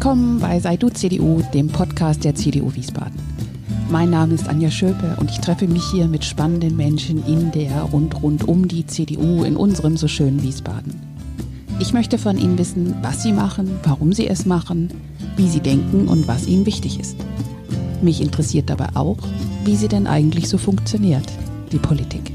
Willkommen bei Sei du CDU, dem Podcast der CDU Wiesbaden. Mein Name ist Anja Schöpe und ich treffe mich hier mit spannenden Menschen in der und rund um die CDU in unserem so schönen Wiesbaden. Ich möchte von Ihnen wissen, was Sie machen, warum Sie es machen, wie Sie denken und was Ihnen wichtig ist. Mich interessiert dabei auch, wie sie denn eigentlich so funktioniert, die Politik.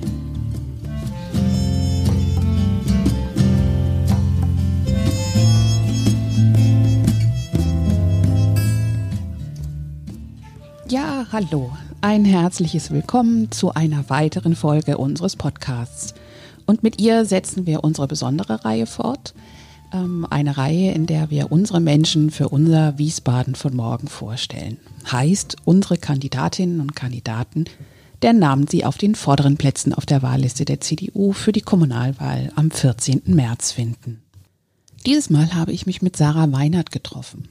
Ja, hallo. Ein herzliches Willkommen zu einer weiteren Folge unseres Podcasts. Und mit ihr setzen wir unsere besondere Reihe fort. Eine Reihe, in der wir unsere Menschen für unser Wiesbaden von morgen vorstellen. Heißt, unsere Kandidatinnen und Kandidaten, deren Namen Sie auf den vorderen Plätzen auf der Wahlliste der CDU für die Kommunalwahl am 14. März finden. Dieses Mal habe ich mich mit Sarah Weinert getroffen.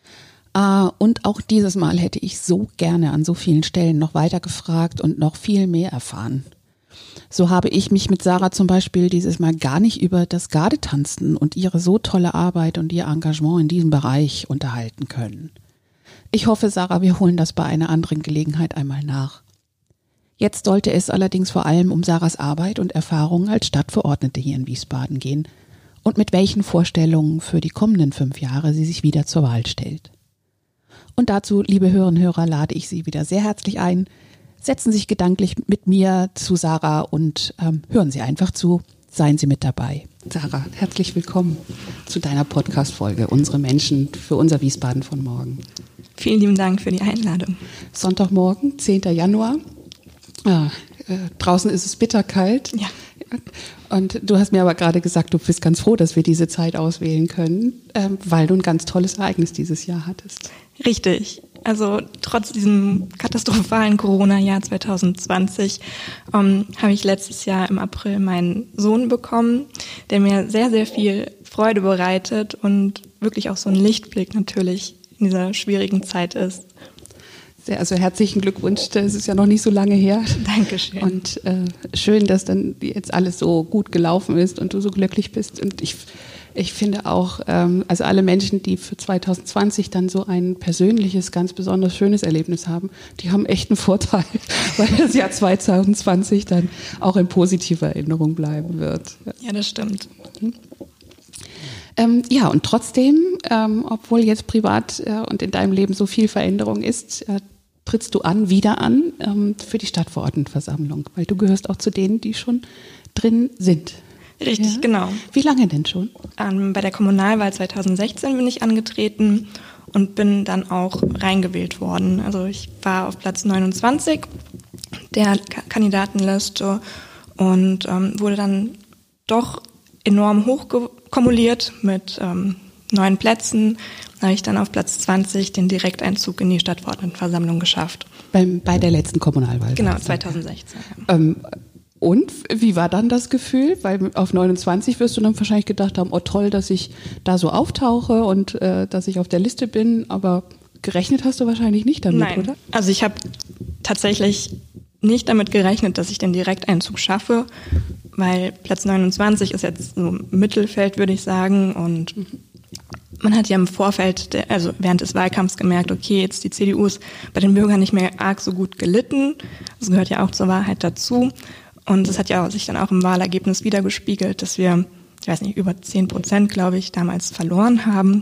Und auch dieses Mal hätte ich so gerne an so vielen Stellen noch weiter gefragt und noch viel mehr erfahren. So habe ich mich mit Sarah zum Beispiel dieses Mal gar nicht über das Gardetanzen und ihre so tolle Arbeit und ihr Engagement in diesem Bereich unterhalten können. Ich hoffe, Sarah, wir holen das bei einer anderen Gelegenheit einmal nach. Jetzt sollte es allerdings vor allem um Sarahs Arbeit und Erfahrungen als Stadtverordnete hier in Wiesbaden gehen und mit welchen Vorstellungen für die kommenden 5 Jahre sie sich wieder zur Wahl stellt. Und dazu, liebe Hörerinnen und Hörer, lade ich Sie wieder sehr herzlich ein. Setzen Sie sich gedanklich mit mir zu Sarah und hören Sie einfach zu. Seien Sie mit dabei. Sarah, herzlich willkommen zu deiner Podcast-Folge Unsere Menschen für unser Wiesbaden von morgen. Vielen lieben Dank für die Einladung. Sonntagmorgen, 10. Januar. Draußen ist es bitterkalt. Ja. Und du hast mir aber gerade gesagt, du bist ganz froh, dass wir diese Zeit auswählen können, weil du ein ganz tolles Ereignis dieses Jahr hattest. Richtig. Also trotz diesem katastrophalen Corona-Jahr 2020 habe ich letztes Jahr im April meinen Sohn bekommen, der mir sehr, sehr viel Freude bereitet und wirklich auch so ein Lichtblick natürlich in dieser schwierigen Zeit ist. Also herzlichen Glückwunsch, das ist ja noch nicht so lange her. Dankeschön. Und schön, dass dann jetzt alles so gut gelaufen ist und du so glücklich bist. Und ich finde auch, also alle Menschen, die für 2020 dann so ein persönliches, ganz besonders schönes Erlebnis haben, die haben echt einen Vorteil, weil das Jahr 2020 dann auch in positiver Erinnerung bleiben wird. Ja, das stimmt. Ja, und trotzdem, obwohl jetzt privat und in deinem Leben so viel Veränderung ist, trittst du wieder an für die Stadtverordnetenversammlung, weil du gehörst auch zu denen, die schon drin sind. Richtig, ja? Genau. Wie lange denn schon? Bei der Kommunalwahl 2016 bin ich angetreten und bin dann auch reingewählt worden. Also ich war auf Platz 29 der Kandidatenliste und wurde dann doch enorm hochkumuliert mit 9 Plätzen. Da habe ich dann auf Platz 20 den Direkteinzug in die Stadtverordnetenversammlung geschafft. Bei der letzten Kommunalwahl? Genau, 2016. Und wie war dann das Gefühl? Weil auf 29 wirst du dann wahrscheinlich gedacht haben, oh toll, dass ich da so auftauche und dass ich auf der Liste bin, aber gerechnet hast du wahrscheinlich nicht damit, Nein. Oder? Also ich habe tatsächlich nicht damit gerechnet, dass ich den Direkteinzug schaffe, weil Platz 29 ist jetzt so Mittelfeld, würde ich sagen, und man hat ja im Vorfeld, also während des Wahlkampfs gemerkt, okay, jetzt die CDU ist bei den Bürgern nicht mehr arg so gut gelitten. Das gehört ja auch zur Wahrheit dazu. Und es hat ja sich dann auch im Wahlergebnis wiedergespiegelt, dass wir, ich weiß nicht, über 10%, glaube ich, damals verloren haben.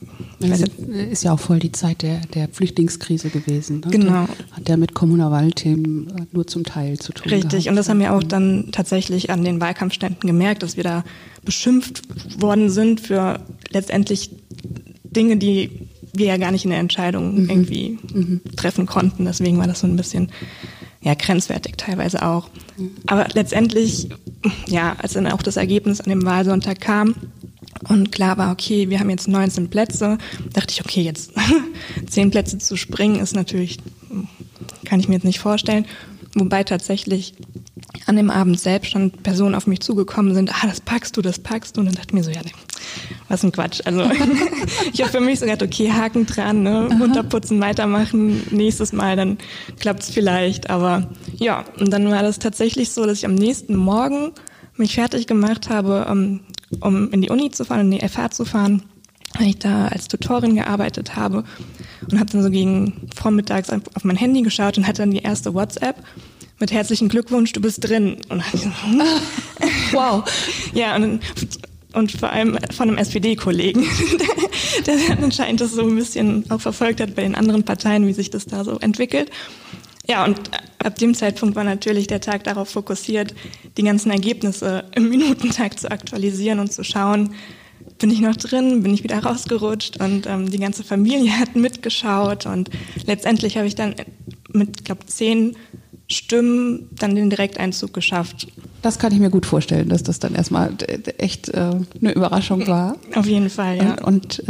Ist ja auch voll die Zeit der Flüchtlingskrise gewesen. Ne? Genau. Hat ja mit Kommunalwahlthemen nur zum Teil zu tun. Richtig, gehabt. Und das haben wir auch dann tatsächlich an den Wahlkampfständen gemerkt, dass wir da beschimpft worden sind für letztendlich Dinge, die wir ja gar nicht in der Entscheidung irgendwie treffen konnten. Deswegen war das so ein bisschen grenzwertig teilweise auch. Aber letztendlich, als dann auch das Ergebnis an dem Wahlsonntag kam und klar war, okay, wir haben jetzt 19 Plätze, dachte ich, okay, jetzt 10 Plätze zu springen ist natürlich, kann ich mir jetzt nicht vorstellen. Wobei tatsächlich an dem Abend selbst schon Personen auf mich zugekommen sind, das packst du. Und dann dachte ich mir so, nee, was ein Quatsch. Also ich habe für mich so gedacht, okay, Haken dran, ne? Runterputzen, weitermachen, nächstes Mal, dann klappt's vielleicht. Aber ja, und dann war das tatsächlich so, dass ich am nächsten Morgen mich fertig gemacht habe, um in die Uni zu fahren, in die FH zu fahren. weil ich da als Tutorin gearbeitet habe und habe dann so gegen vormittags auf mein Handy geschaut und hatte dann die erste WhatsApp mit herzlichen Glückwunsch, du bist drin. Und ich so, wow. Ja, und vor allem von einem SPD-Kollegen, der anscheinend das so ein bisschen auch verfolgt hat bei den anderen Parteien, wie sich das da so entwickelt. Ja, und ab dem Zeitpunkt war natürlich der Tag darauf fokussiert, die ganzen Ergebnisse im Minutentakt zu aktualisieren und zu schauen, bin ich noch drin, bin ich wieder rausgerutscht, und die ganze Familie hat mitgeschaut, und letztendlich habe ich dann mit, glaube 10 Stimmen dann den Direkteinzug geschafft. Das kann ich mir gut vorstellen, dass das dann erstmal echt eine Überraschung war. Auf jeden Fall, ja. Und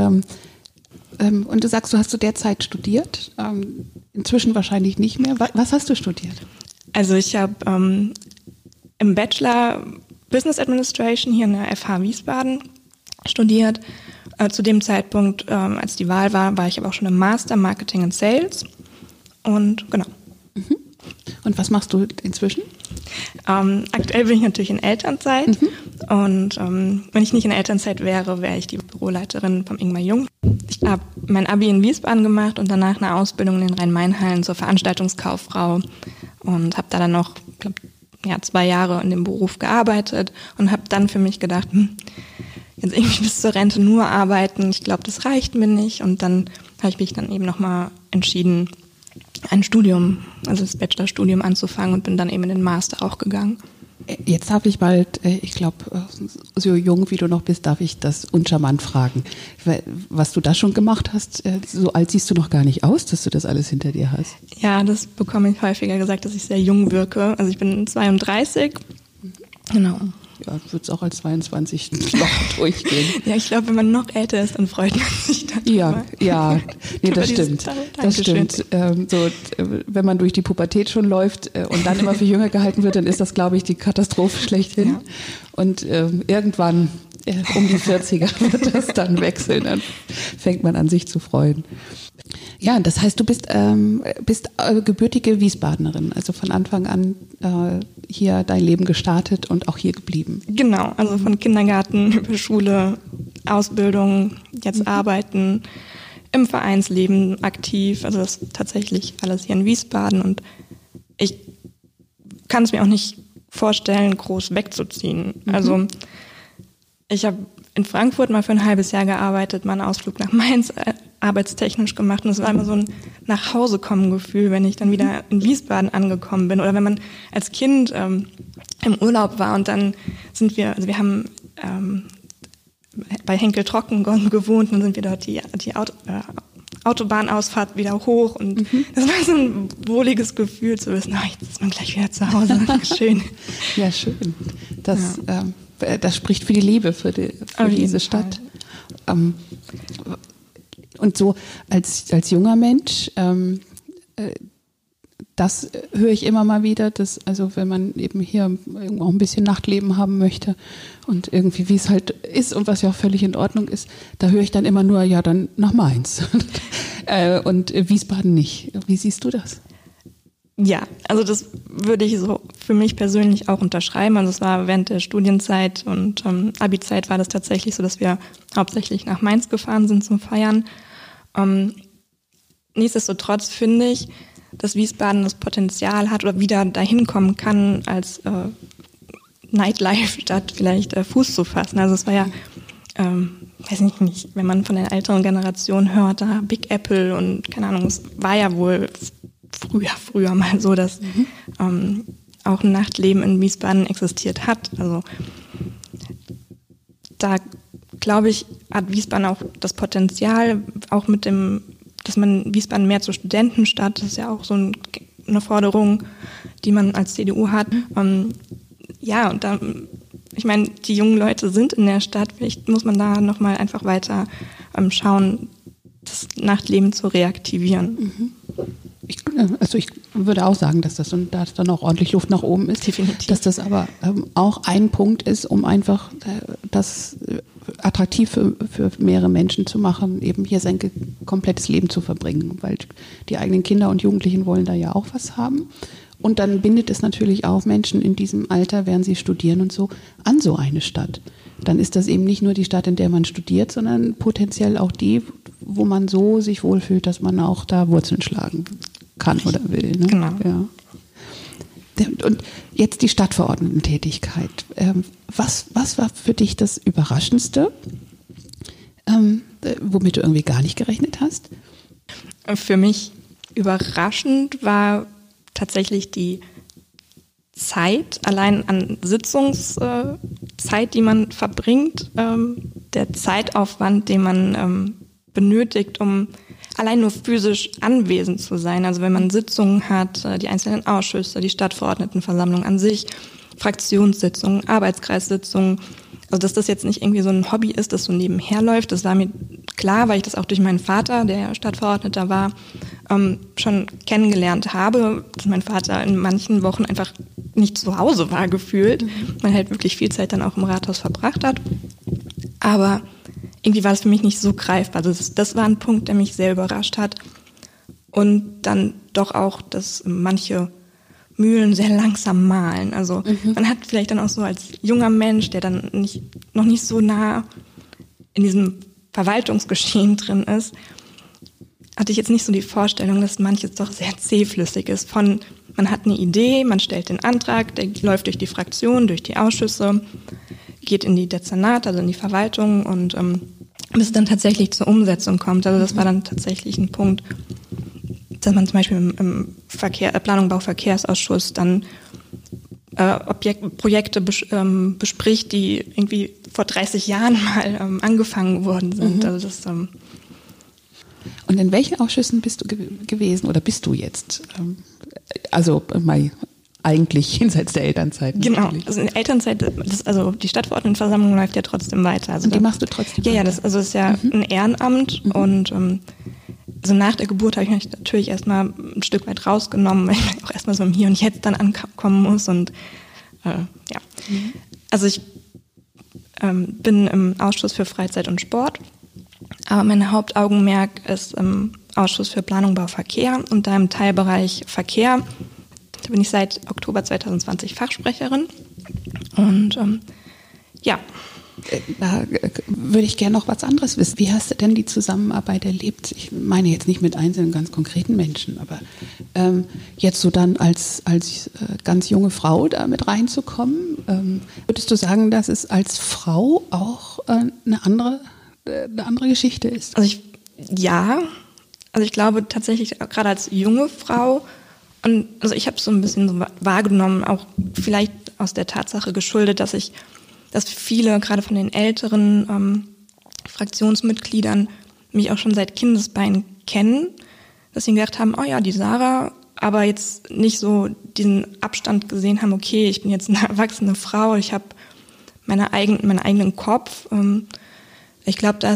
du sagst, du hast zu der Zeit studiert, inzwischen wahrscheinlich nicht mehr. Was hast du studiert? Also ich habe im Bachelor Business Administration hier in der FH Wiesbaden studiert. Zu dem Zeitpunkt, als die Wahl war ich aber auch schon im Master Marketing and Sales. Und genau. Mhm. Und was machst du inzwischen? Aktuell bin ich natürlich in Elternzeit. Und wenn ich nicht in Elternzeit wäre, wäre ich die Büroleiterin vom Ingmar Jung. Ich habe mein Abi in Wiesbaden gemacht und danach eine Ausbildung in den Rhein-Main-Hallen zur Veranstaltungskauffrau und habe da dann noch, glaube 2 Jahre in dem Beruf gearbeitet und habe dann für mich gedacht, jetzt irgendwie bis zur Rente nur arbeiten, ich glaube, das reicht mir nicht. Und dann habe ich mich dann eben nochmal entschieden, ein Studium, also das Bachelorstudium anzufangen, und bin dann eben in den Master auch gegangen. Jetzt darf ich bald, ich glaube, so jung wie du noch bist, darf ich das uncharmant fragen. Was du da schon gemacht hast, so alt siehst du noch gar nicht aus, dass du das alles hinter dir hast. Ja, das bekomme ich häufiger gesagt, dass ich sehr jung wirke. Also ich bin 32. Genau. Ja, du würdest auch als 22 noch durchgehen. Ja, ich glaube, wenn man noch älter ist, dann freut man sich darüber. Ja, nee, das stimmt. Das stimmt. Wenn man durch die Pubertät schon läuft und dann immer für jünger gehalten wird, dann ist das, glaube ich, die Katastrophe schlechthin. Ja. Und irgendwann um die 40er wird das dann wechseln. Dann fängt man an, sich zu freuen. Ja, das heißt, du bist gebürtige Wiesbadenerin, also von Anfang an hier dein Leben gestartet und auch hier geblieben. Genau, also von Kindergarten über Schule, Ausbildung, jetzt Arbeiten, im Vereinsleben aktiv, also das ist tatsächlich alles hier in Wiesbaden, und ich kann es mir auch nicht vorstellen, groß wegzuziehen. Also ich habe in Frankfurt mal für ein halbes Jahr gearbeitet, mal einen Ausflug nach Mainz arbeitstechnisch gemacht, und es war immer so ein Nachhausekommen-Gefühl, wenn ich dann wieder in Wiesbaden angekommen bin, oder wenn man als Kind im Urlaub war, und dann sind wir, also wir haben bei Henkel Trocken gewohnt, dann sind wir dort die Autobahnausfahrt wieder hoch, und das war so ein wohliges Gefühl zu wissen, jetzt ist man gleich wieder zu Hause. Schön. Ja, schön. Das spricht für die Liebe für diese Stadt. Und so als junger Mensch, das höre ich immer mal wieder, dass, also wenn man eben hier auch ein bisschen Nachtleben haben möchte und irgendwie wie es halt ist und was ja auch völlig in Ordnung ist, da höre ich dann immer nur, ja, dann nach Mainz und Wiesbaden nicht. Wie siehst du das? Ja, also das würde ich so für mich persönlich auch unterschreiben. Also es war während der Studienzeit und Abi-Zeit war das tatsächlich so, dass wir hauptsächlich nach Mainz gefahren sind zum Feiern. Nichtsdestotrotz finde ich, dass Wiesbaden das Potenzial hat oder wieder dahin kommen kann, als Nightlife-Stadt vielleicht Fuß zu fassen. Also es war ja, weiß nicht, wenn man von der älteren Generation hört, da Big Apple und keine Ahnung, es war ja wohl früher mal so, dass auch ein Nachtleben in Wiesbaden existiert hat. Also da glaube ich, hat Wiesbaden auch das Potenzial, auch mit dem, dass man Wiesbaden mehr zur Studentenstadt, das ist ja auch so eine Forderung, die man als CDU hat. Ja, und da, ich meine, die jungen Leute sind in der Stadt, vielleicht muss man da nochmal einfach weiter schauen, das Nachtleben zu reaktivieren. Ich würde auch sagen, dass das, und da dann auch ordentlich Luft nach oben ist, definitiv, dass das aber auch ein Punkt ist, um einfach das attraktiv für mehrere Menschen zu machen, eben hier sein komplettes Leben zu verbringen, weil die eigenen Kinder und Jugendlichen wollen da ja auch was haben. Und dann bindet es natürlich auch Menschen in diesem Alter, während sie studieren und so, an so eine Stadt. dann ist das eben nicht nur die Stadt, in der man studiert, sondern potenziell auch die, wo man so sich wohlfühlt, dass man auch da Wurzeln schlagen kann oder will. Ne? Genau. Ja. Und jetzt die Stadtverordnetentätigkeit. Was war für dich das Überraschendste, womit du irgendwie gar nicht gerechnet hast? Für mich überraschend war tatsächlich die Zeit, allein an Sitzungszeit, die man verbringt, der Zeitaufwand, den man benötigt, um allein nur physisch anwesend zu sein. Also wenn man Sitzungen hat, die einzelnen Ausschüsse, die Stadtverordnetenversammlung an sich, Fraktionssitzungen, Arbeitskreissitzungen. Also dass das jetzt nicht irgendwie so ein Hobby ist, das so nebenher läuft, das war mir klar, weil ich das auch durch meinen Vater, der Stadtverordneter war, schon kennengelernt habe, dass mein Vater in manchen Wochen einfach nicht zu Hause war gefühlt, man halt wirklich viel Zeit dann auch im Rathaus verbracht hat. Aber irgendwie war es für mich nicht so greifbar. Also das war ein Punkt, der mich sehr überrascht hat. Und dann doch auch, dass manche Mühlen sehr langsam mahlen. Also man hat vielleicht dann auch so als junger Mensch, der dann noch nicht so nah in diesem Verwaltungsgeschehen drin ist, hatte ich jetzt nicht so die Vorstellung, dass manches doch sehr zähflüssig ist. Man hat eine Idee, man stellt den Antrag, der läuft durch die Fraktion, durch die Ausschüsse, geht in die Dezernat, also in die Verwaltung und bis es dann tatsächlich zur Umsetzung kommt. Also das war dann tatsächlich ein Punkt, dass man zum Beispiel im Planung, Bau, Verkehrsausschuss dann Projekte bespricht, die irgendwie vor 30 Jahren mal angefangen worden sind. Also das, Und in welchen Ausschüssen bist du gewesen oder bist du jetzt? Also mal eigentlich jenseits der Elternzeit. Genau, natürlich. also in der Elternzeit, also die Stadtverordnetenversammlung läuft ja trotzdem weiter. Also und die machst du trotzdem Ja, weiter? das ist ja ein Ehrenamt und so nach der Geburt habe ich mich natürlich erstmal ein Stück weit rausgenommen, weil ich auch erstmal so im Hier und Jetzt dann ankommen muss und ja. Also ich bin im Ausschuss für Freizeit und Sport, aber mein Hauptaugenmerk ist im Ausschuss für Planung, Bau, Verkehr und da im Teilbereich Verkehr. Da bin ich seit Oktober 2020 Fachsprecherin und ja. Da würde ich gerne noch was anderes wissen. Wie hast du denn die Zusammenarbeit erlebt? Ich meine jetzt nicht mit einzelnen ganz konkreten Menschen, aber jetzt so dann als ganz junge Frau da mit reinzukommen, würdest du sagen, dass es als Frau auch eine andere Geschichte ist? Also ich glaube tatsächlich gerade als junge Frau, und also ich habe es so ein bisschen so wahrgenommen, auch vielleicht aus der Tatsache geschuldet, dass viele, gerade von den älteren Fraktionsmitgliedern, mich auch schon seit Kindesbeinen kennen, dass sie gedacht haben, oh ja, die Sarah, aber jetzt nicht so diesen Abstand gesehen haben, okay, ich bin jetzt eine erwachsene Frau, ich habe meinen eigenen Kopf. Ich glaube, da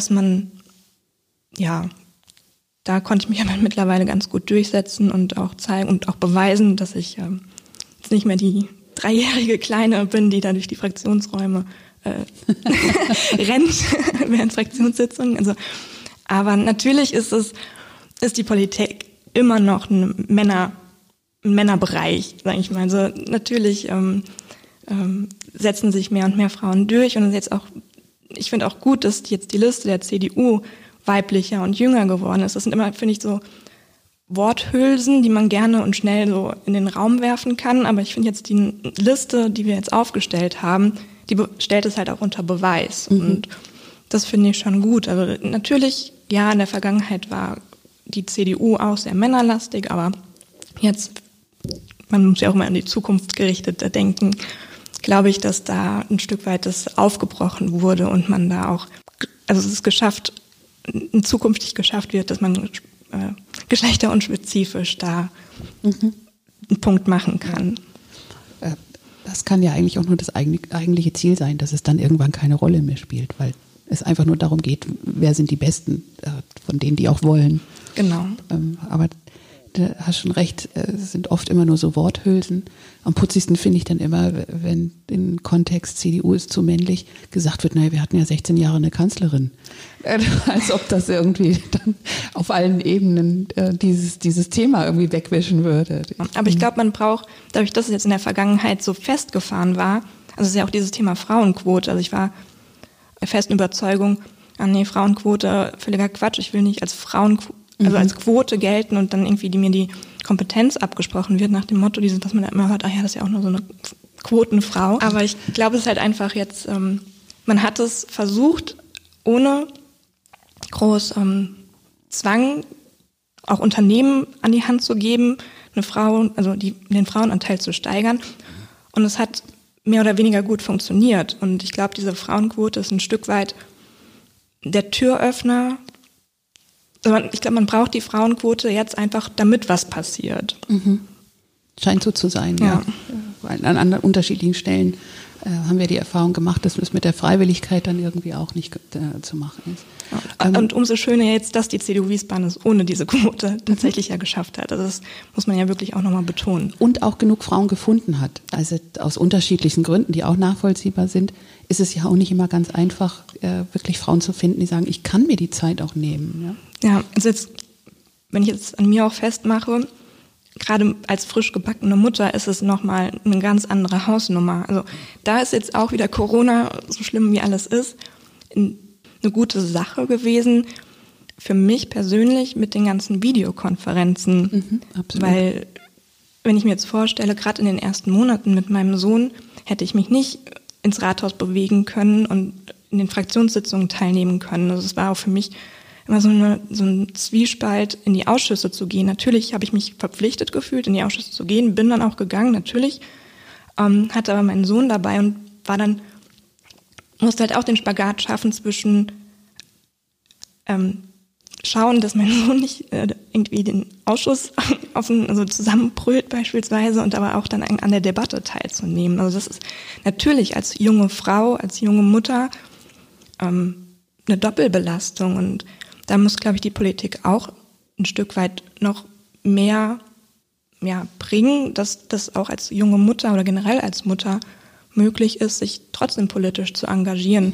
konnte ich mich aber mittlerweile ganz gut durchsetzen und auch zeigen und auch beweisen, dass ich jetzt nicht mehr die 3-jährige Kleine bin, die da durch die Fraktionsräume rennt während Fraktionssitzungen. Also, aber natürlich ist die Politik immer noch ein Männerbereich, sage ich mal. Also natürlich setzen sich mehr und mehr Frauen durch und jetzt auch, ich finde auch gut, dass jetzt die Liste der CDU weiblicher und jünger geworden ist. Das sind immer, finde ich, so Worthülsen, die man gerne und schnell so in den Raum werfen kann. Aber ich finde jetzt die Liste, die wir jetzt aufgestellt haben, die stellt es halt auch unter Beweis. Und das finde ich schon gut. Also natürlich, ja, in der Vergangenheit war die CDU auch sehr männerlastig, aber jetzt, man muss ja auch immer an die Zukunft gerichtet denken, glaube ich, dass da ein Stück weit das aufgebrochen wurde und man da auch, also es ist zukünftig geschafft wird, dass man geschlechterunspezifisch da einen Punkt machen kann. Das kann ja eigentlich auch nur das eigentliche Ziel sein, dass es dann irgendwann keine Rolle mehr spielt, weil es einfach nur darum geht, wer sind die Besten, von denen die auch wollen. Genau. Aber du hast schon recht, es sind oft immer nur so Worthülsen. Am putzigsten finde ich dann immer, wenn im Kontext CDU ist zu männlich gesagt wird, naja, wir hatten ja 16 Jahre eine Kanzlerin. Als ob das irgendwie dann auf allen Ebenen dieses Thema irgendwie wegwischen würde. Aber ich glaube, man braucht, dadurch, dass es jetzt in der Vergangenheit so festgefahren war, also es ist ja auch dieses Thema Frauenquote, also ich war festen Überzeugung, Frauenquote, völliger Quatsch, ich will nicht als als Quote gelten und dann irgendwie mir die Kompetenz abgesprochen wird, nach dem Motto, dass man immer hört, das ist ja auch nur so eine Quotenfrau. Aber ich glaube, es ist halt einfach jetzt, man hat es versucht, ohne groß Zwang, auch Unternehmen an die Hand zu geben, den Frauenanteil zu steigern. Und es hat mehr oder weniger gut funktioniert. Und ich glaube, diese Frauenquote ist ein Stück weit der Türöffner. Also ich glaube, man braucht die Frauenquote jetzt einfach, damit was passiert. Mhm. Scheint so zu sein, ja. An anderen unterschiedlichen Stellen haben wir die Erfahrung gemacht, dass es mit der Freiwilligkeit dann irgendwie auch nicht zu machen ist. Ja. Und umso schöner jetzt, dass die CDU Wiesbaden es ohne diese Quote tatsächlich ja geschafft hat. Also das muss man ja wirklich auch nochmal betonen. Und auch genug Frauen gefunden hat. Also aus unterschiedlichen Gründen, die auch nachvollziehbar sind, ist es ja auch nicht immer ganz einfach, wirklich Frauen zu finden, die sagen, ich kann mir die Zeit auch nehmen. Ja, also jetzt, wenn ich jetzt an mir auch festmache, gerade als frisch gebackene Mutter ist es nochmal eine ganz andere Hausnummer. Also da ist jetzt auch wieder Corona, so schlimm wie alles ist, eine gute Sache gewesen. Für mich persönlich mit den ganzen Videokonferenzen. Absolut. Weil, wenn ich mir jetzt vorstelle, gerade in den ersten Monaten mit meinem Sohn, hätte ich mich nicht ins Rathaus bewegen können und in den Fraktionssitzungen teilnehmen können. Also es war auch für mich immer so ein Zwiespalt, in die Ausschüsse zu gehen. Natürlich habe ich mich verpflichtet gefühlt, in die Ausschüsse zu gehen, bin dann auch gegangen, natürlich, hatte aber meinen Sohn dabei und musste halt auch den Spagat schaffen zwischen schauen, dass mein Sohn nicht irgendwie den Ausschuss zusammenbrüllt beispielsweise und aber auch dann an der Debatte teilzunehmen. Also das ist natürlich als junge Frau, als junge Mutter eine Doppelbelastung und da muss, glaube ich, die Politik auch ein Stück weit noch mehr bringen, dass das auch als junge Mutter oder generell als Mutter möglich ist, sich trotzdem politisch zu engagieren.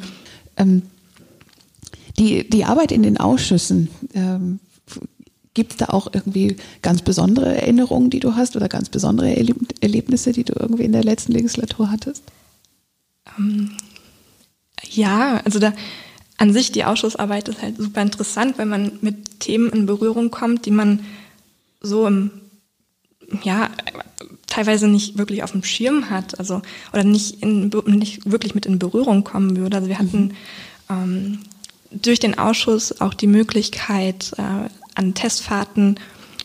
Die Arbeit in den Ausschüssen, gibt es da auch irgendwie ganz besondere Erinnerungen, die du hast oder ganz besondere Erlebnisse, die du irgendwie in der letzten Legislatur hattest? Ja, also an sich die Ausschussarbeit ist halt super interessant, weil man mit Themen in Berührung kommt, die man so teilweise nicht wirklich auf dem Schirm hat, oder nicht wirklich mit in Berührung kommen würde. Also wir hatten durch den Ausschuss auch die Möglichkeit, an Testfahrten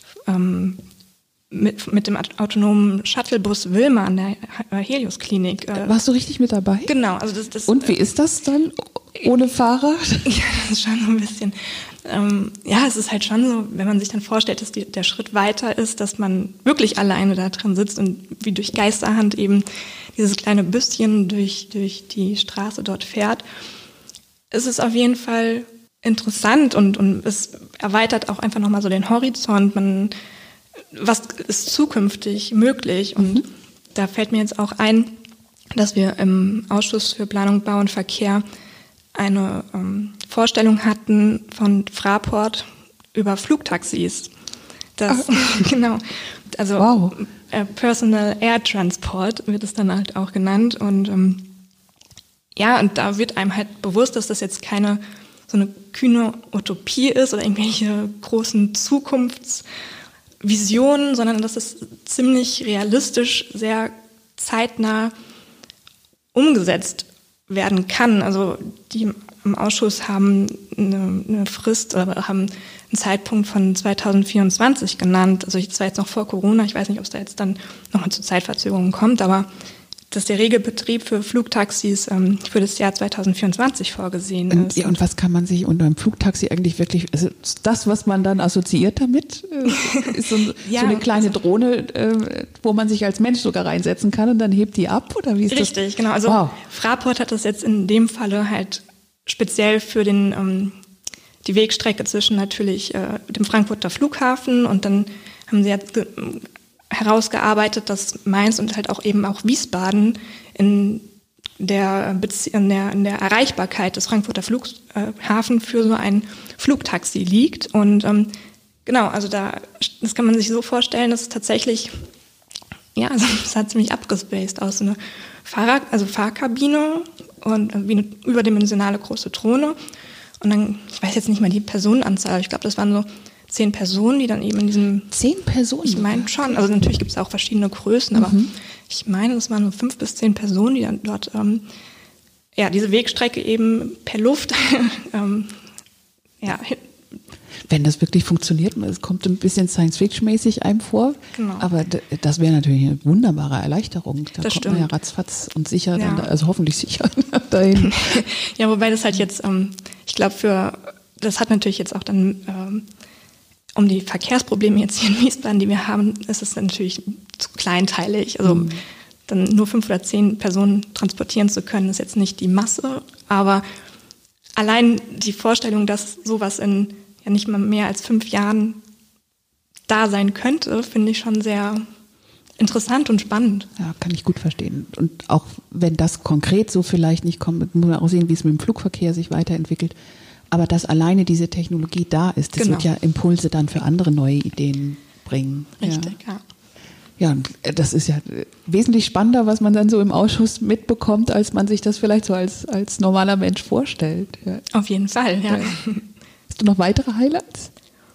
mit dem autonomen Shuttlebus Wilma an der Helios-Klinik. Warst du richtig mit dabei? Genau. Also das, und wie ist das dann ohne Fahrer? Ja, das ist schon so ein bisschen. Es ist halt schon so, wenn man sich dann vorstellt, dass der Schritt weiter ist, dass man wirklich alleine da drin sitzt und wie durch Geisterhand eben dieses kleine Büsschen durch die Straße dort fährt. Es ist auf jeden Fall interessant und es erweitert auch einfach nochmal so den Horizont. Was ist zukünftig möglich? Und da fällt mir jetzt auch ein, dass wir im Ausschuss für Planung, Bau und Verkehr eine Vorstellung hatten von Fraport über Flugtaxis. Genau. Also wow. Personal Air Transport wird es dann halt auch genannt. Und und da wird einem halt bewusst, dass das jetzt keine so eine kühne Utopie ist oder irgendwelche großen Zukunftsvisionen, sondern dass es ziemlich realistisch, sehr zeitnah umgesetzt werden kann. Also die im Ausschuss haben eine Frist oder haben einen Zeitpunkt von 2024 genannt. Also das war jetzt noch vor Corona. Ich weiß nicht, ob es da jetzt dann nochmal zu Zeitverzögerungen kommt, aber dass der Regelbetrieb für Flugtaxis für das Jahr 2024 vorgesehen ist. Ja, und was kann man sich unter einem Flugtaxi eigentlich wirklich, also das, was man dann assoziiert damit, ist so eine kleine Drohne, wo man sich als Mensch sogar reinsetzen kann und dann hebt die ab, oder wie ist das? Richtig, genau. Also wow. Fraport hat das jetzt in dem Falle halt speziell für die Wegstrecke zwischen natürlich dem Frankfurter Flughafen und dann haben sie jetzt herausgearbeitet, dass Mainz und halt auch eben auch Wiesbaden in der Erreichbarkeit des Frankfurter Flughafen für so ein Flugtaxi liegt. Und genau, also das kann man sich so vorstellen, dass es tatsächlich ja, also es sah ziemlich abgespaced aus, so eine Fahrkabine und wie eine überdimensionale große Drohne. Und dann, ich weiß jetzt nicht mal die Personenanzahl, aber ich glaube, das waren so 10 Personen, die dann eben in diesem... 10 Personen? Ich meine schon, also natürlich gibt es auch verschiedene Größen, aber ich meine, es waren nur 5 bis 10 Personen, die dann dort diese Wegstrecke eben per Luft Wenn das wirklich funktioniert, es kommt ein bisschen Science-Fiction-mäßig einem vor, genau. Aber das wäre natürlich eine wunderbare Erleichterung. Da das kommt stimmt. man ja ratzfatz und sicher, also hoffentlich sicher dahin. Ja, wobei das halt jetzt, ich glaube, das hat natürlich jetzt auch dann, um die Verkehrsprobleme jetzt hier in Wiesbaden, die wir haben, ist es natürlich zu kleinteilig. Also dann nur 5 oder 10 Personen transportieren zu können, ist jetzt nicht die Masse, aber allein die Vorstellung, dass sowas in nicht mal mehr als 5 Jahren da sein könnte, finde ich schon sehr interessant und spannend. Ja, kann ich gut verstehen. Und auch wenn das konkret so vielleicht nicht kommt, muss man auch sehen, wie es mit dem Flugverkehr sich weiterentwickelt. Aber dass alleine diese Technologie da ist, das wird ja Impulse dann für andere neue Ideen bringen. Richtig, ja. Ja, und das ist ja wesentlich spannender, was man dann so im Ausschuss mitbekommt, als man sich das vielleicht so als normaler Mensch vorstellt. Ja. Auf jeden Fall, ja. Hast du noch weitere Highlights?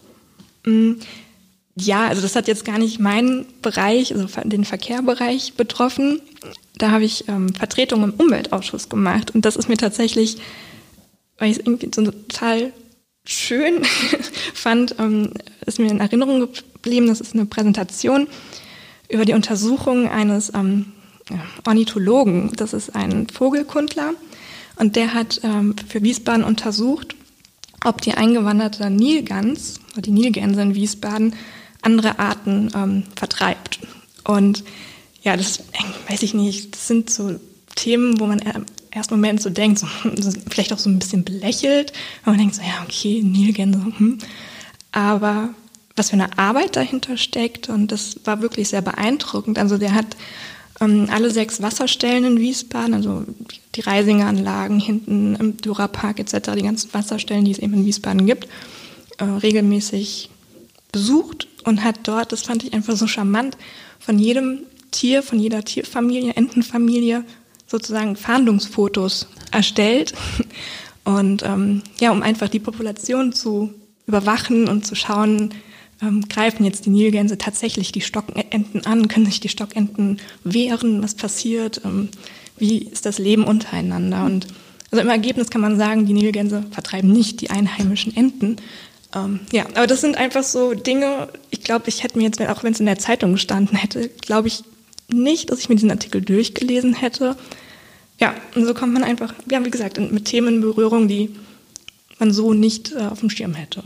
Ja, also das hat jetzt gar nicht meinen Bereich, also den Verkehrbereich betroffen. Da habe ich Vertretung im Umweltausschuss gemacht und das ist mir tatsächlich, weil ich es irgendwie so total schön fand, ist mir in Erinnerung geblieben. Das ist eine Präsentation über die Untersuchung eines Ornithologen. Das ist ein Vogelkundler und der hat für Wiesbaden untersucht, ob die eingewanderte Nilgans, oder die Nilgänse in Wiesbaden, andere Arten vertreibt. Und ja, das weiß ich nicht, das sind so Themen, wo man im ersten Moment so denkt, so, vielleicht auch so ein bisschen belächelt, weil man denkt so, ja, okay, Nilgänse, aber was für eine Arbeit dahinter steckt und das war wirklich sehr beeindruckend. Also der hat alle 6 Wasserstellen in Wiesbaden, also die Reisinger Anlagen hinten im Dura-Park etc., die ganzen Wasserstellen, die es eben in Wiesbaden gibt, regelmäßig besucht und hat dort, das fand ich einfach so charmant, von jedem Tier, von jeder Tierfamilie, Entenfamilie sozusagen Fahndungsfotos erstellt und um einfach die Population zu überwachen und zu schauen, greifen jetzt die Nilgänse tatsächlich die Stockenten an, können sich die Stockenten wehren, was passiert, wie ist das Leben untereinander. Und also im Ergebnis kann man sagen, die Nilgänse vertreiben nicht die einheimischen Enten. Aber das sind einfach so Dinge, ich glaube, ich hätte mir jetzt, auch wenn es in der Zeitung gestanden hätte, glaube ich nicht, dass ich mir diesen Artikel durchgelesen hätte. Ja, und so kommt man einfach, wie gesagt, mit Themen in Berührung, die man so nicht auf dem Schirm hätte.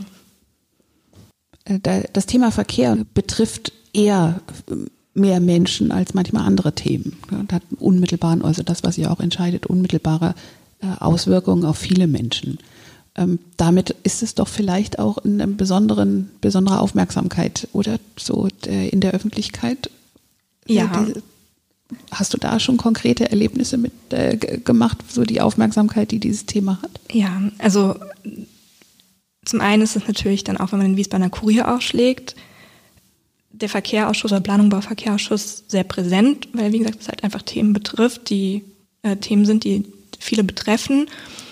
Das Thema Verkehr betrifft eher mehr Menschen als manchmal andere Themen. Und hat unmittelbaren, also das, was ihr auch entscheidet, unmittelbare Auswirkungen auf viele Menschen. Damit ist es doch vielleicht auch eine besondere Aufmerksamkeit oder so in der Öffentlichkeit. Ja. Hast du da schon konkrete Erlebnisse mit gemacht, so die Aufmerksamkeit, die dieses Thema hat? Ja, also zum einen ist es natürlich dann auch, wenn man den Wiesbadener Kurier aufschlägt, der Verkehrsausschuss oder Planung, Bauverkehrsausschuss sehr präsent, weil, wie gesagt, es halt einfach Themen betrifft, die Themen sind, die viele betreffen.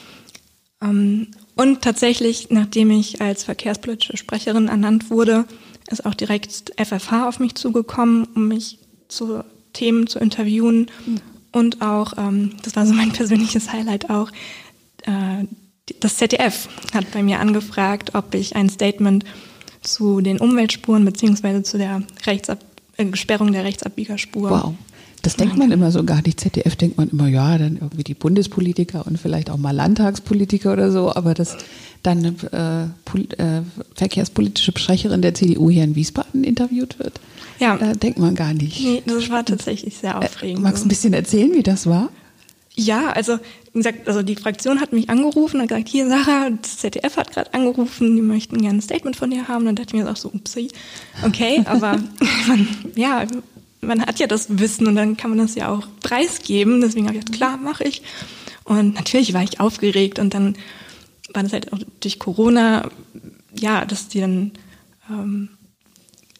Und tatsächlich, nachdem ich als verkehrspolitische Sprecherin ernannt wurde, ist auch direkt FFH auf mich zugekommen, um mich zu Themen zu interviewen. Und auch, das war so mein persönliches Highlight auch, das ZDF hat bei mir angefragt, ob ich ein Statement zu den Umweltspuren beziehungsweise zu der Sperrung der Rechtsabbiegerspur. Wow, das denkt man immer so gar nicht. ZDF denkt man immer, ja, dann irgendwie die Bundespolitiker und vielleicht auch mal Landtagspolitiker oder so, aber dass dann verkehrspolitische Sprecherin der CDU hier in Wiesbaden interviewt wird, denkt man gar nicht. Nee, das war tatsächlich sehr aufregend. Magst du ein bisschen erzählen, wie das war? Ja, also wie gesagt, also die Fraktion hat mich angerufen und gesagt, hier Sarah, das ZDF hat gerade angerufen, die möchten gerne ein Statement von dir haben. Und dann dachte ich mir auch so, upsie, okay, aber man hat ja das Wissen und dann kann man das ja auch preisgeben. Deswegen habe ich gesagt, klar, mache ich. Und natürlich war ich aufgeregt und dann war das halt auch durch Corona, ja, dass die dann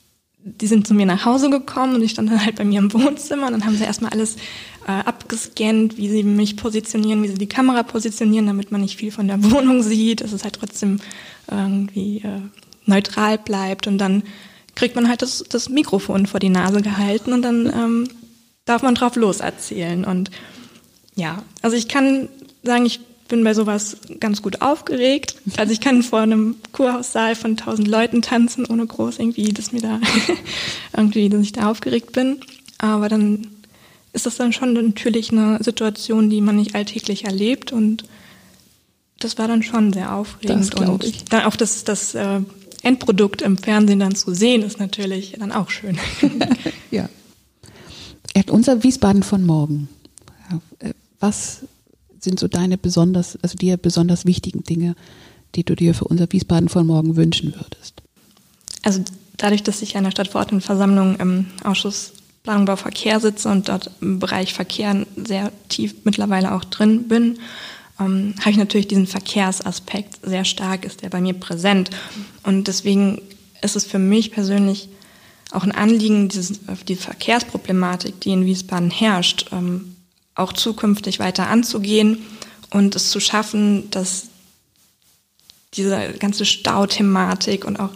die sind zu mir nach Hause gekommen und ich stand dann halt bei mir im Wohnzimmer und dann haben sie erstmal alles abgescannt, wie sie mich positionieren, wie sie die Kamera positionieren, damit man nicht viel von der Wohnung sieht, dass es halt trotzdem irgendwie neutral bleibt. Und dann kriegt man halt das Mikrofon vor die Nase gehalten und dann darf man drauf loserzählen. Und ja, also ich kann sagen, ich bin bei sowas ganz gut aufgeregt. Also ich kann vor einem Kurhaussaal von 1000 Leuten tanzen, ohne groß irgendwie, dass ich da aufgeregt bin. Aber dann ist das dann schon natürlich eine Situation, die man nicht alltäglich erlebt. Und das war dann schon sehr aufregend. Das glaube ich. Und dann auch das Endprodukt im Fernsehen dann zu sehen, ist natürlich dann auch schön. Ja. Unser Wiesbaden von morgen. Was sind so deine dir besonders wichtigen Dinge, die du dir für unser Wiesbaden von morgen wünschen würdest? Also dadurch, dass ich an der Stadtverordnetenversammlung im Ausschuss Planung, Bau, Verkehr sitze und dort im Bereich Verkehr sehr tief mittlerweile auch drin bin, habe ich natürlich diesen Verkehrsaspekt sehr stark, ist der bei mir präsent. Und deswegen ist es für mich persönlich auch ein Anliegen, die Verkehrsproblematik, die in Wiesbaden herrscht, auch zukünftig weiter anzugehen und es zu schaffen, dass diese ganze Stauthematik und auch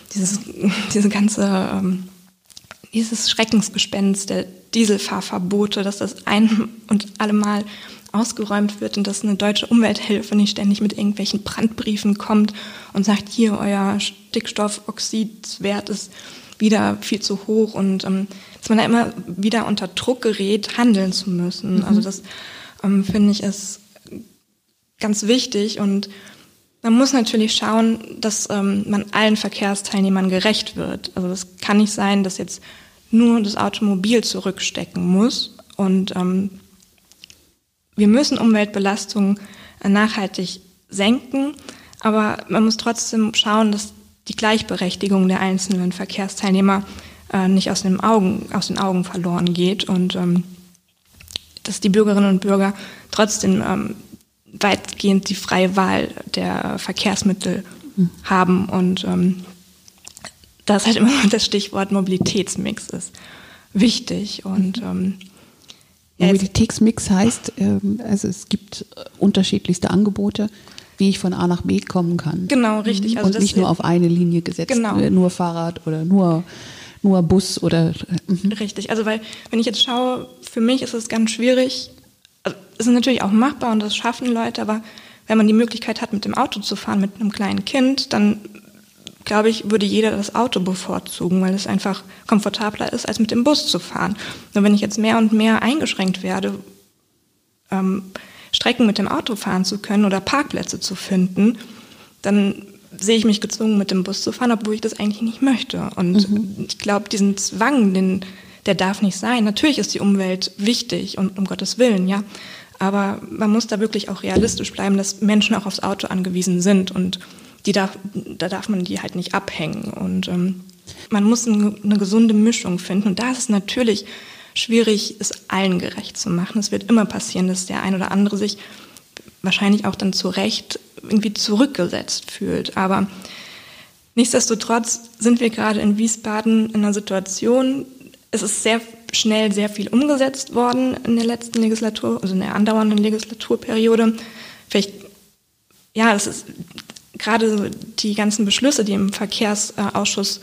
dieses Schreckensgespenst der Dieselfahrverbote, dass das ein und allemal ausgeräumt wird und dass eine deutsche Umwelthilfe nicht ständig mit irgendwelchen Brandbriefen kommt und sagt, hier, euer Stickstoffoxidwert ist wieder viel zu hoch und dass man da immer wieder unter Druck gerät, handeln zu müssen. Also das finde ich ist ganz wichtig und man muss natürlich schauen, dass man allen Verkehrsteilnehmern gerecht wird. Also das kann nicht sein, dass jetzt nur das Automobil zurückstecken muss und wir müssen Umweltbelastungen nachhaltig senken, aber man muss trotzdem schauen, dass die Gleichberechtigung der einzelnen Verkehrsteilnehmer nicht aus den Augen verloren geht und dass die Bürgerinnen und Bürger trotzdem weitgehend die freie Wahl der Verkehrsmittel haben und da ist halt immer das Stichwort Mobilitätsmix ist wichtig und Mobilitätsmix heißt, also es gibt unterschiedlichste Angebote, wie ich von A nach B kommen kann. Genau, richtig. Also und nicht nur auf eine Linie gesetzt, genau. Nur Fahrrad oder nur Bus oder... Richtig, also weil, wenn ich jetzt schaue, für mich ist es ganz schwierig, also es ist natürlich auch machbar und das schaffen Leute, aber wenn man die Möglichkeit hat, mit dem Auto zu fahren, mit einem kleinen Kind, dann glaube ich, würde jeder das Auto bevorzugen, weil es einfach komfortabler ist, als mit dem Bus zu fahren. Nur wenn ich jetzt mehr und mehr eingeschränkt werde, Strecken mit dem Auto fahren zu können oder Parkplätze zu finden, dann sehe ich mich gezwungen, mit dem Bus zu fahren, obwohl ich das eigentlich nicht möchte. Und ich glaube, diesen Zwang, der darf nicht sein. Natürlich ist die Umwelt wichtig und um Gottes Willen, ja. Aber man muss da wirklich auch realistisch bleiben, dass Menschen auch aufs Auto angewiesen sind und da darf man die halt nicht abhängen. Und man muss eine gesunde Mischung finden. Und da ist es natürlich schwierig, es allen gerecht zu machen. Es wird immer passieren, dass der ein oder andere sich wahrscheinlich auch dann zu Recht irgendwie zurückgesetzt fühlt. Aber nichtsdestotrotz sind wir gerade in Wiesbaden in einer Situation, es ist sehr schnell sehr viel umgesetzt worden in der letzten Legislatur, also in der andauernden Legislaturperiode. Vielleicht, ja, das ist gerade so die ganzen Beschlüsse, die im Verkehrsausschuss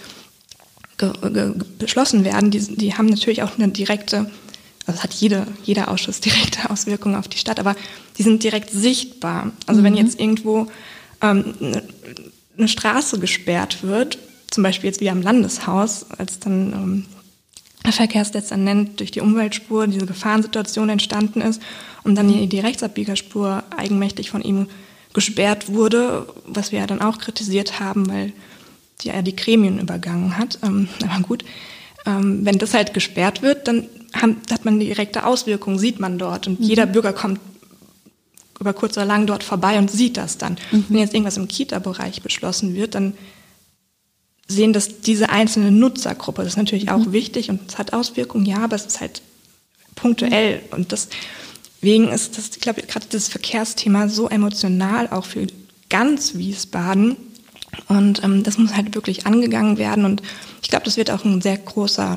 beschlossen werden, die haben natürlich auch eine direkte, also es hat jeder Ausschuss direkte Auswirkungen auf die Stadt, aber die sind direkt sichtbar. Also wenn jetzt irgendwo eine Straße gesperrt wird, zum Beispiel jetzt wieder am Landeshaus, als dann der Verkehrsdezernent durch die Umweltspur diese Gefahrensituation entstanden ist und dann die Rechtsabbiegerspur eigenmächtig von ihm gesperrt wurde, was wir ja dann auch kritisiert haben, weil die Gremien übergangen hat. Aber gut, wenn das halt gesperrt wird, dann hat man direkte Auswirkungen, sieht man dort und jeder Bürger kommt über kurz oder lang dort vorbei und sieht das dann. Wenn jetzt irgendwas im Kita-Bereich beschlossen wird, dann sehen das diese einzelne Nutzergruppe. Das ist natürlich auch wichtig und es hat Auswirkungen, ja, aber es ist halt punktuell und deswegen ist das, ich glaube, gerade das Verkehrsthema so emotional auch für ganz Wiesbaden und das muss halt wirklich angegangen werden und ich glaube, das wird auch ein sehr großes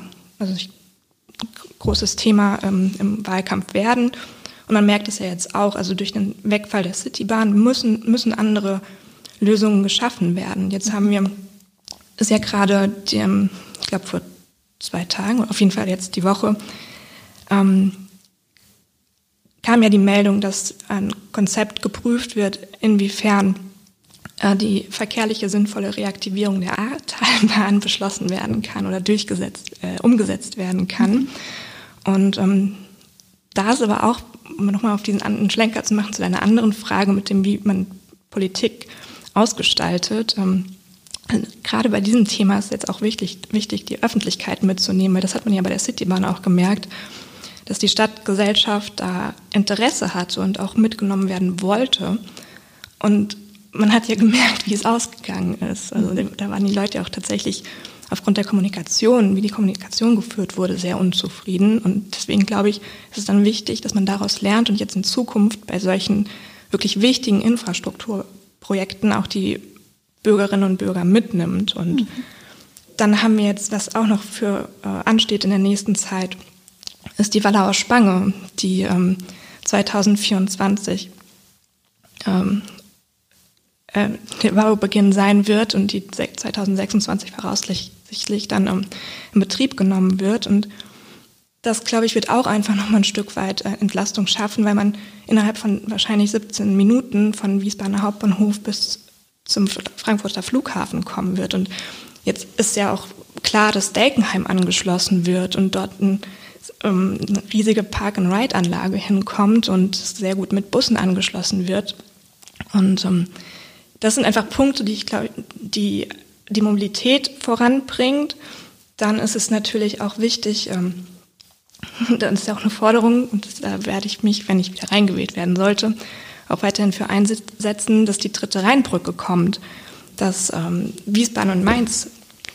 Thema im Wahlkampf werden. Und man merkt es ja jetzt auch, also durch den Wegfall der Citybahn müssen andere Lösungen geschaffen werden. Jetzt ist ja gerade, ich glaube vor 2 Tagen, auf jeden Fall jetzt die Woche, kam ja die Meldung, dass ein Konzept geprüft wird, inwiefern die verkehrliche sinnvolle Reaktivierung der Ahrtalbahn beschlossen werden kann oder umgesetzt werden kann. Und da ist aber auch, um nochmal auf diesen einen Schlenker zu machen, zu deiner anderen Frage mit dem, wie man Politik ausgestaltet. Gerade bei diesem Thema ist jetzt auch wichtig, die Öffentlichkeit mitzunehmen, weil das hat man ja bei der Citybahn auch gemerkt, dass die Stadtgesellschaft da Interesse hatte und auch mitgenommen werden wollte. Und man hat ja gemerkt, wie es ausgegangen ist. Also da waren die Leute auch tatsächlich aufgrund der Kommunikation, wie die Kommunikation geführt wurde, sehr unzufrieden. Und deswegen glaube ich, ist es dann wichtig, dass man daraus lernt und jetzt in Zukunft bei solchen wirklich wichtigen Infrastrukturprojekten auch die Bürgerinnen und Bürger mitnimmt. Und dann haben wir jetzt, was auch noch für ansteht in der nächsten Zeit, ist die Wallauer Spange, die 2024 der Baubeginn sein wird und die 2026 voraussichtlich dann in Betrieb genommen wird. Und das, glaube ich, wird auch einfach nochmal ein Stück weit Entlastung schaffen, weil man innerhalb von wahrscheinlich 17 Minuten von Wiesbadener Hauptbahnhof bis zum Frankfurter Flughafen kommen wird. Und jetzt ist ja auch klar, dass Delkenheim angeschlossen wird und dort eine riesige Park-and-Ride-Anlage hinkommt und sehr gut mit Bussen angeschlossen wird. Und das sind einfach Punkte, die ich glaube, die Mobilität voranbringt. Dann ist es natürlich auch wichtig, dann ist ja auch eine Forderung, und da werde ich mich, wenn ich wieder reingewählt werden sollte, auch weiterhin für einsetzen, dass die 3. Rheinbrücke kommt, dass Wiesbaden und Mainz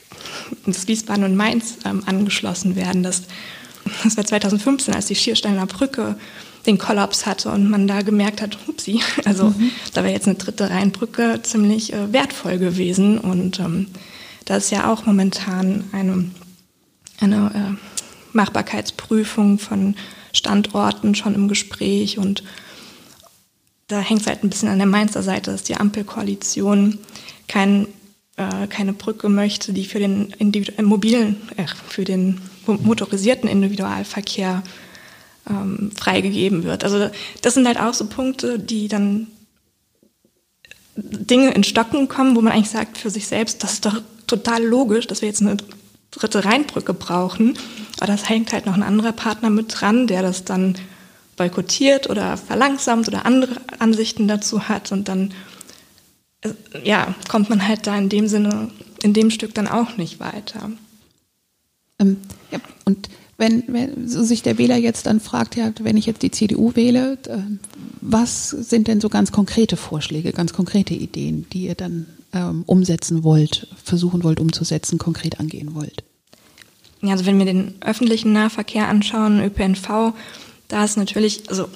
angeschlossen werden. Das war 2015, als die Schiersteiner Brücke den Kollaps hatte und man da gemerkt hat, upsie, also da wäre jetzt eine 3. Rheinbrücke ziemlich wertvoll gewesen. Und da ist ja auch momentan eine Machbarkeitsprüfung von Standorten schon im Gespräch, und da hängt es halt ein bisschen an der Mainzer Seite, dass die Ampelkoalition keine Brücke möchte, die für den für den motorisierten Individualverkehr freigegeben wird. Also das sind halt auch so Punkte, die dann Dinge in Stocken kommen, wo man eigentlich sagt für sich selbst, das ist doch total logisch, dass wir jetzt eine 3. Rheinbrücke brauchen. Aber das hängt halt noch ein anderer Partner mit dran, der das dann boykottiert oder verlangsamt oder andere Ansichten dazu hat. Und dann kommt man halt da in dem Sinne, in dem Stück dann auch nicht weiter. Ja, und wenn sich der Wähler jetzt dann fragt, ja, wenn ich jetzt die CDU wähle, was sind denn so ganz konkrete Vorschläge, ganz konkrete Ideen, die ihr dann umsetzen wollt, versuchen wollt umzusetzen, konkret angehen wollt? Ja, also wenn wir den öffentlichen Nahverkehr anschauen, ÖPNV, da ist natürlich, also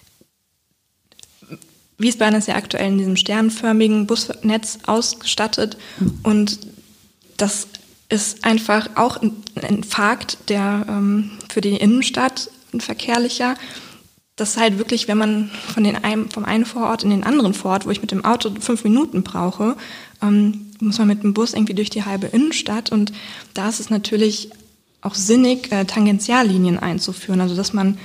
Wiesbaden ist ja aktuell in diesem sternförmigen Busnetz ausgestattet und das ist einfach auch ein Fakt, der für die Innenstadt ein verkehrlicher. Das ist halt wirklich, wenn man vom einen Vorort in den anderen Vorort, wo ich mit dem Auto 5 Minuten brauche, muss man mit dem Bus irgendwie durch die halbe Innenstadt. Und da ist es natürlich auch sinnig, Tangentiallinien einzuführen. Also dass man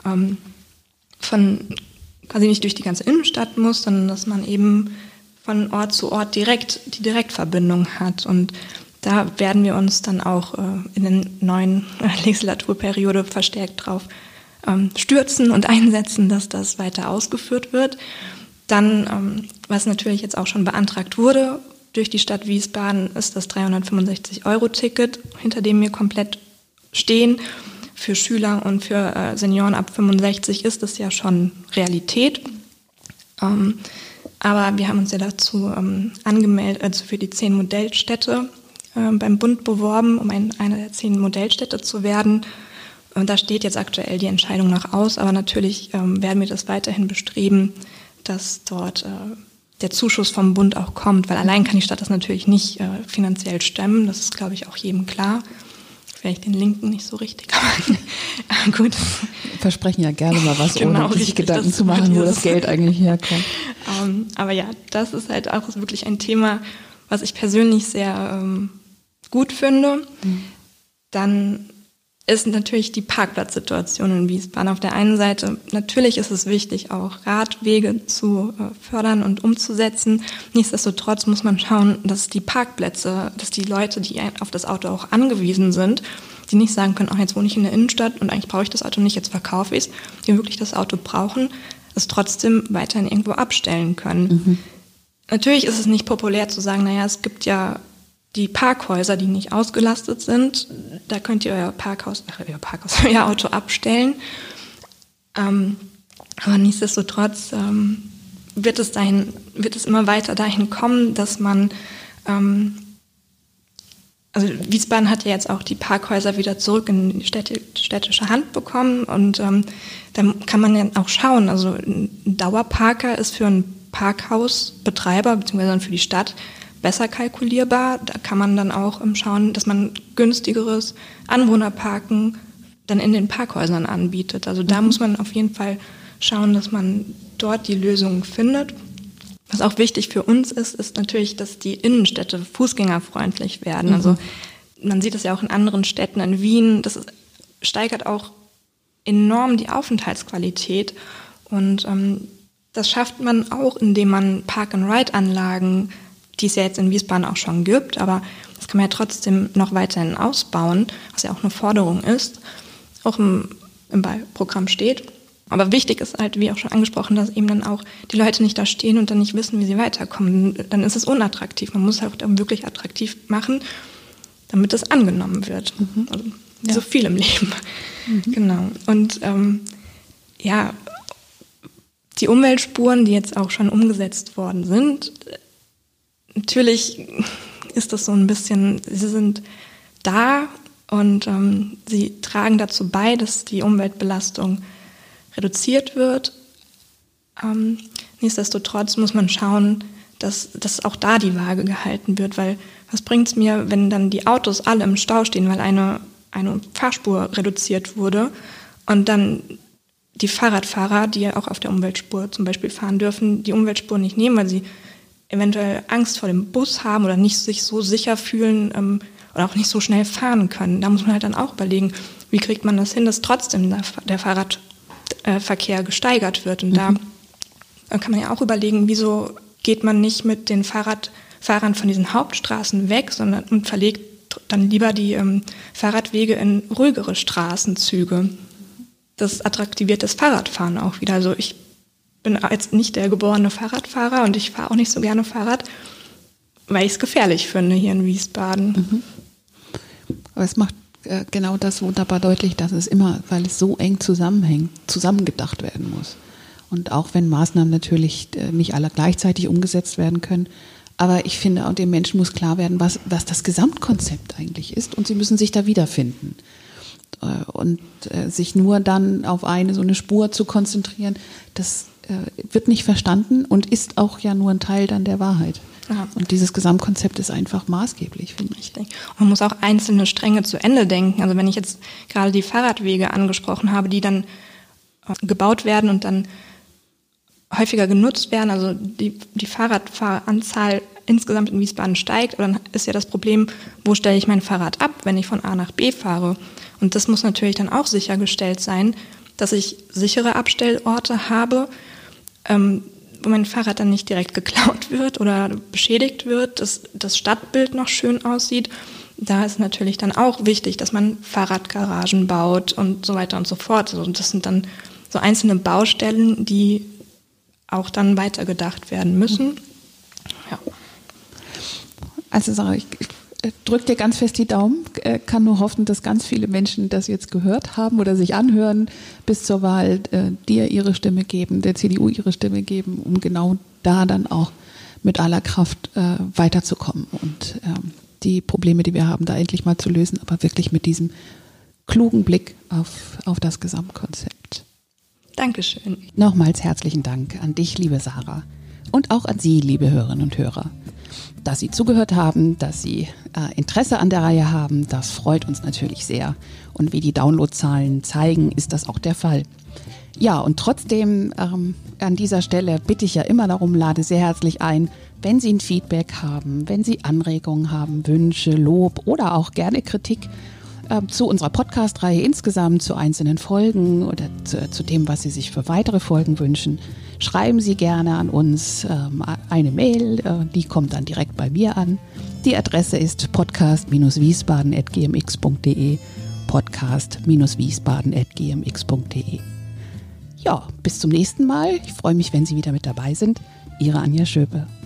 quasi nicht durch die ganze Innenstadt muss, sondern dass man eben von Ort zu Ort die Direktverbindung hat. Und da werden wir uns dann auch in der neuen Legislaturperiode verstärkt drauf stürzen und einsetzen, dass das weiter ausgeführt wird. Dann, was natürlich jetzt auch schon beantragt wurde durch die Stadt Wiesbaden, ist das 365-Euro-Ticket, hinter dem wir komplett stehen. Für Schüler und für Senioren ab 65 ist das ja schon Realität. Aber wir haben uns ja dazu angemeldet, also für die 10 Modellstädte beim Bund beworben, um eine der 10 Modellstädte zu werden. Und da steht jetzt aktuell die Entscheidung noch aus, aber natürlich werden wir das weiterhin bestreben, dass dort der Zuschuss vom Bund auch kommt, weil allein kann die Stadt das natürlich nicht finanziell stemmen. Das ist, glaube ich, auch jedem klar. Vielleicht den Linken nicht so richtig, aber gut. Versprechen ja gerne mal was, genau, ohne sich Gedanken zu machen, wo das Geld eigentlich herkommt. Aber ja, das ist halt auch wirklich ein Thema, was ich persönlich sehr gut finde. Dann ist natürlich die Parkplatzsituation in Wiesbaden. Auf der einen Seite, natürlich ist es wichtig, auch Radwege zu fördern und umzusetzen. Nichtsdestotrotz muss man schauen, dass die Parkplätze, dass die Leute, die auf das Auto auch angewiesen sind, die nicht sagen können, jetzt wohne ich in der Innenstadt und eigentlich brauche ich das Auto nicht, jetzt verkaufe ich es, die wirklich das Auto brauchen, es trotzdem weiterhin irgendwo abstellen können. Natürlich ist es nicht populär zu sagen, es gibt ja die Parkhäuser, die nicht ausgelastet sind, da könnt ihr euer Auto abstellen. Aber nichtsdestotrotz wird es immer weiter dahin kommen, dass man, also Wiesbaden hat ja jetzt auch die Parkhäuser wieder zurück in die städtische Hand bekommen und dann kann man ja auch schauen, also ein Dauerparker ist für einen Parkhausbetreiber beziehungsweise für die Stadt besser kalkulierbar. Da kann man dann auch schauen, dass man günstigeres Anwohnerparken dann in den Parkhäusern anbietet. Also da muss man auf jeden Fall schauen, dass man dort die Lösungen findet. Was auch wichtig für uns ist natürlich, dass die Innenstädte fußgängerfreundlich werden. Also man sieht es ja auch in anderen Städten, in Wien, das steigert auch enorm die Aufenthaltsqualität und das schafft man auch, indem man Park-and-Ride-Anlagen, die es ja jetzt in Wiesbaden auch schon gibt, aber das kann man ja trotzdem noch weiterhin ausbauen, was ja auch eine Forderung ist, auch im Wahlprogramm steht. Aber wichtig ist halt, wie auch schon angesprochen, dass eben dann auch die Leute nicht da stehen und dann nicht wissen, wie sie weiterkommen. Dann ist es unattraktiv. Man muss halt auch wirklich attraktiv machen, damit es angenommen wird. Also, wie so viel im Leben. Genau. Und die Umweltspuren, die jetzt auch schon umgesetzt worden sind, natürlich ist das so ein bisschen, sie sind da und sie tragen dazu bei, dass die Umweltbelastung reduziert wird. Nichtsdestotrotz muss man schauen, dass auch da die Waage gehalten wird, weil was bringt es mir, wenn dann die Autos alle im Stau stehen, weil eine Fahrspur reduziert wurde und dann die Fahrradfahrer, die ja auch auf der Umweltspur zum Beispiel fahren dürfen, die Umweltspur nicht nehmen, weil sie eventuell Angst vor dem Bus haben oder nicht sich so sicher fühlen oder auch nicht so schnell fahren können. Da muss man halt dann auch überlegen, wie kriegt man das hin, dass trotzdem der Fahrradverkehr gesteigert wird. Und da kann man ja auch überlegen, wieso geht man nicht mit den Fahrradfahrern von diesen Hauptstraßen weg, und verlegt dann lieber die Fahrradwege in ruhigere Straßenzüge. Das attraktiviert das Fahrradfahren auch wieder. Also ich bin jetzt nicht der geborene Fahrradfahrer und ich fahre auch nicht so gerne Fahrrad, weil ich es gefährlich finde hier in Wiesbaden. Aber es macht genau das wunderbar deutlich, dass es immer, weil es so eng zusammenhängt, zusammengedacht werden muss. Und auch wenn Maßnahmen natürlich nicht alle gleichzeitig umgesetzt werden können, aber ich finde, auch den Menschen muss klar werden, was das Gesamtkonzept eigentlich ist und sie müssen sich da wiederfinden. Und sich nur dann auf so eine Spur zu konzentrieren, das wird nicht verstanden und ist auch ja nur ein Teil dann der Wahrheit. Ja. Und dieses Gesamtkonzept ist einfach maßgeblich, finde ich. Richtig. Und man muss auch einzelne Stränge zu Ende denken. Also wenn ich jetzt gerade die Fahrradwege angesprochen habe, die dann gebaut werden und dann häufiger genutzt werden, also die Fahrradfahranzahl insgesamt in Wiesbaden steigt, dann ist ja das Problem, wo stelle ich mein Fahrrad ab, wenn ich von A nach B fahre? Und das muss natürlich dann auch sichergestellt sein, dass ich sichere Abstellorte habe, wo mein Fahrrad dann nicht direkt geklaut wird oder beschädigt wird, dass das Stadtbild noch schön aussieht. Da ist natürlich dann auch wichtig, dass man Fahrradgaragen baut und so weiter und so fort. Also das sind dann so einzelne Baustellen, die auch dann weitergedacht werden müssen. Ja. Also Sarah, ich drück dir ganz fest die Daumen, kann nur hoffen, dass ganz viele Menschen das jetzt gehört haben oder sich anhören bis zur Wahl, dir ihre Stimme geben, der CDU ihre Stimme geben, um genau da dann auch mit aller Kraft weiterzukommen und die Probleme, die wir haben, da endlich mal zu lösen, aber wirklich mit diesem klugen Blick auf das Gesamtkonzept. Dankeschön. Nochmals herzlichen Dank an dich, liebe Sarah. Und auch an Sie, liebe Hörerinnen und Hörer. Dass Sie zugehört haben, dass Sie Interesse an der Reihe haben, das freut uns natürlich sehr. Und wie die Downloadzahlen zeigen, ist das auch der Fall. Ja, und trotzdem an dieser Stelle bitte ich ja immer darum, lade sehr herzlich ein, wenn Sie ein Feedback haben, wenn Sie Anregungen haben, Wünsche, Lob oder auch gerne Kritik zu unserer Podcast-Reihe insgesamt, zu einzelnen Folgen oder zu dem, was Sie sich für weitere Folgen wünschen, schreiben Sie gerne an uns eine Mail, die kommt dann direkt bei mir an. Die Adresse ist podcast-wiesbaden@gmx.de, podcast-wiesbaden@gmx.de. Ja, bis zum nächsten Mal. Ich freue mich, wenn Sie wieder mit dabei sind. Ihre Anja Schöpe.